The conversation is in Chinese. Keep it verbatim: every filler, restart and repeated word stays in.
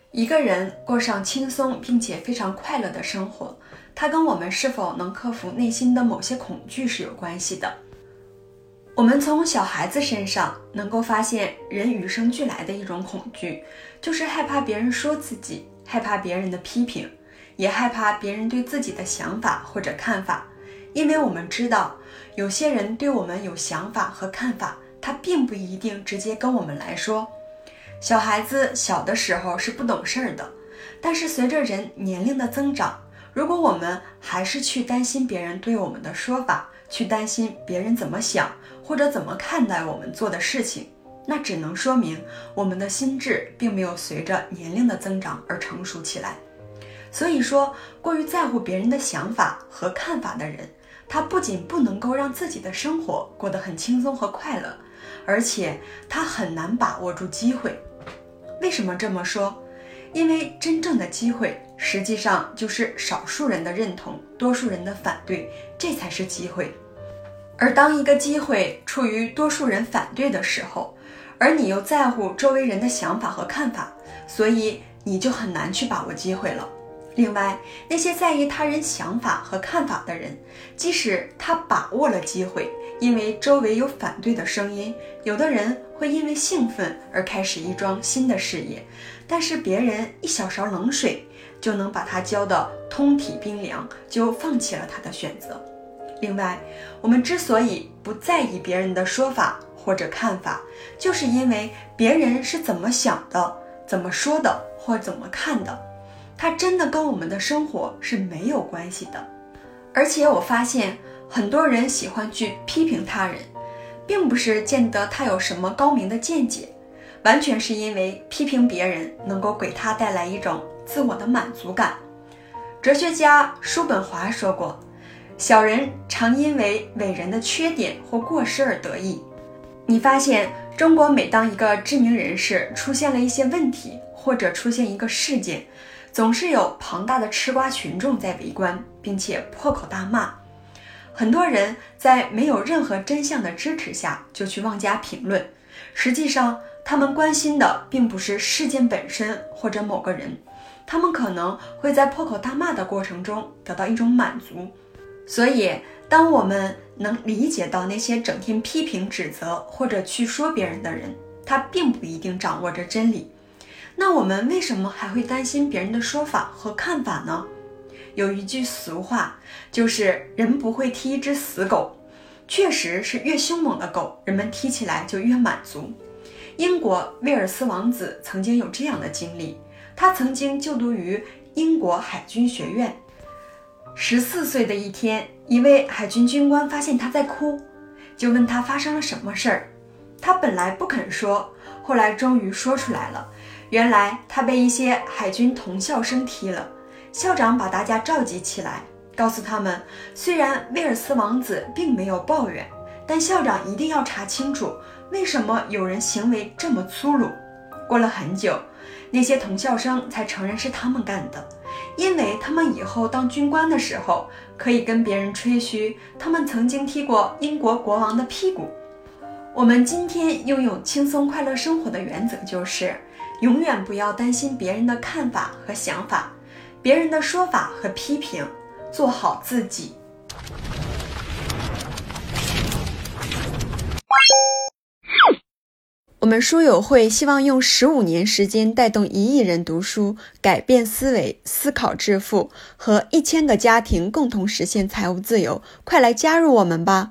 一个人过上轻松并且非常快乐的生活，他跟我们是否能克服内心的某些恐惧是有关系的。我们从小孩子身上能够发现人与生俱来的一种恐惧，就是害怕别人说自己，害怕别人的批评，也害怕别人对自己的想法或者看法。因为我们知道，有些人对我们有想法和看法，他并不一定直接跟我们来说。小孩子小的时候是不懂事儿的，但是随着人年龄的增长，如果我们还是去担心别人对我们的说法，去担心别人怎么想或者怎么看待我们做的事情，那只能说明我们的心智并没有随着年龄的增长而成熟起来。所以说，过于在乎别人的想法和看法的人，他不仅不能够让自己的生活过得很轻松和快乐，而且他很难把握住机会。为什么这么说？因为真正的机会实际上就是少数人的认同，多数人的反对，这才是机会。而当一个机会处于多数人反对的时候，而你又在乎周围人的想法和看法，所以你就很难去把握机会了。另外，那些在意他人想法和看法的人，即使他把握了机会，因为周围有反对的声音，有的人会因为兴奋而开始一桩新的事业，但是别人一小勺冷水就能把他浇得通体冰凉，就放弃了他的选择。另外，我们之所以不在意别人的说法或者看法，就是因为别人是怎么想的，怎么说的，或怎么看的，它真的跟我们的生活是没有关系的。而且我发现很多人喜欢去批评他人，并不是见得他有什么高明的见解，完全是因为批评别人能够给他带来一种自我的满足感。哲学家叔本华说过，小人常因为伟人的缺点或过失而得意。你发现中国每当一个知名人士出现了一些问题，或者出现一个事件，总是有庞大的吃瓜群众在围观，并且破口大骂。很多人在没有任何真相的支持下就去妄加评论，实际上他们关心的并不是事件本身或者某个人，他们可能会在破口大骂的过程中得到一种满足。所以当我们能理解到那些整天批评指责或者去说别人的人，他并不一定掌握着真理，那我们为什么还会担心别人的说法和看法呢？有一句俗话，就是人不会踢一只死狗，确实是越凶猛的狗，人们踢起来就越满足。英国威尔斯王子曾经有这样的经历，他曾经就读于英国海军学院。十四岁的一天，一位海军军官发现他在哭，就问他发生了什么事儿。他本来不肯说，后来终于说出来了，原来他被一些海军同校生踢了。校长把大家召集起来，告诉他们，虽然威尔斯王子并没有抱怨，但校长一定要查清楚为什么有人行为这么粗鲁。过了很久，那些同校生才承认是他们干的，因为他们以后当军官的时候可以跟别人吹嘘他们曾经踢过英国国王的屁股。我们今天拥有轻松快乐生活的原则就是永远不要担心别人的看法和想法，别人的说法和批评，做好自己。我们书友会希望用十五年时间带动一亿人读书，改变思维，思考致富，和一千个家庭共同实现财务自由。快来加入我们吧！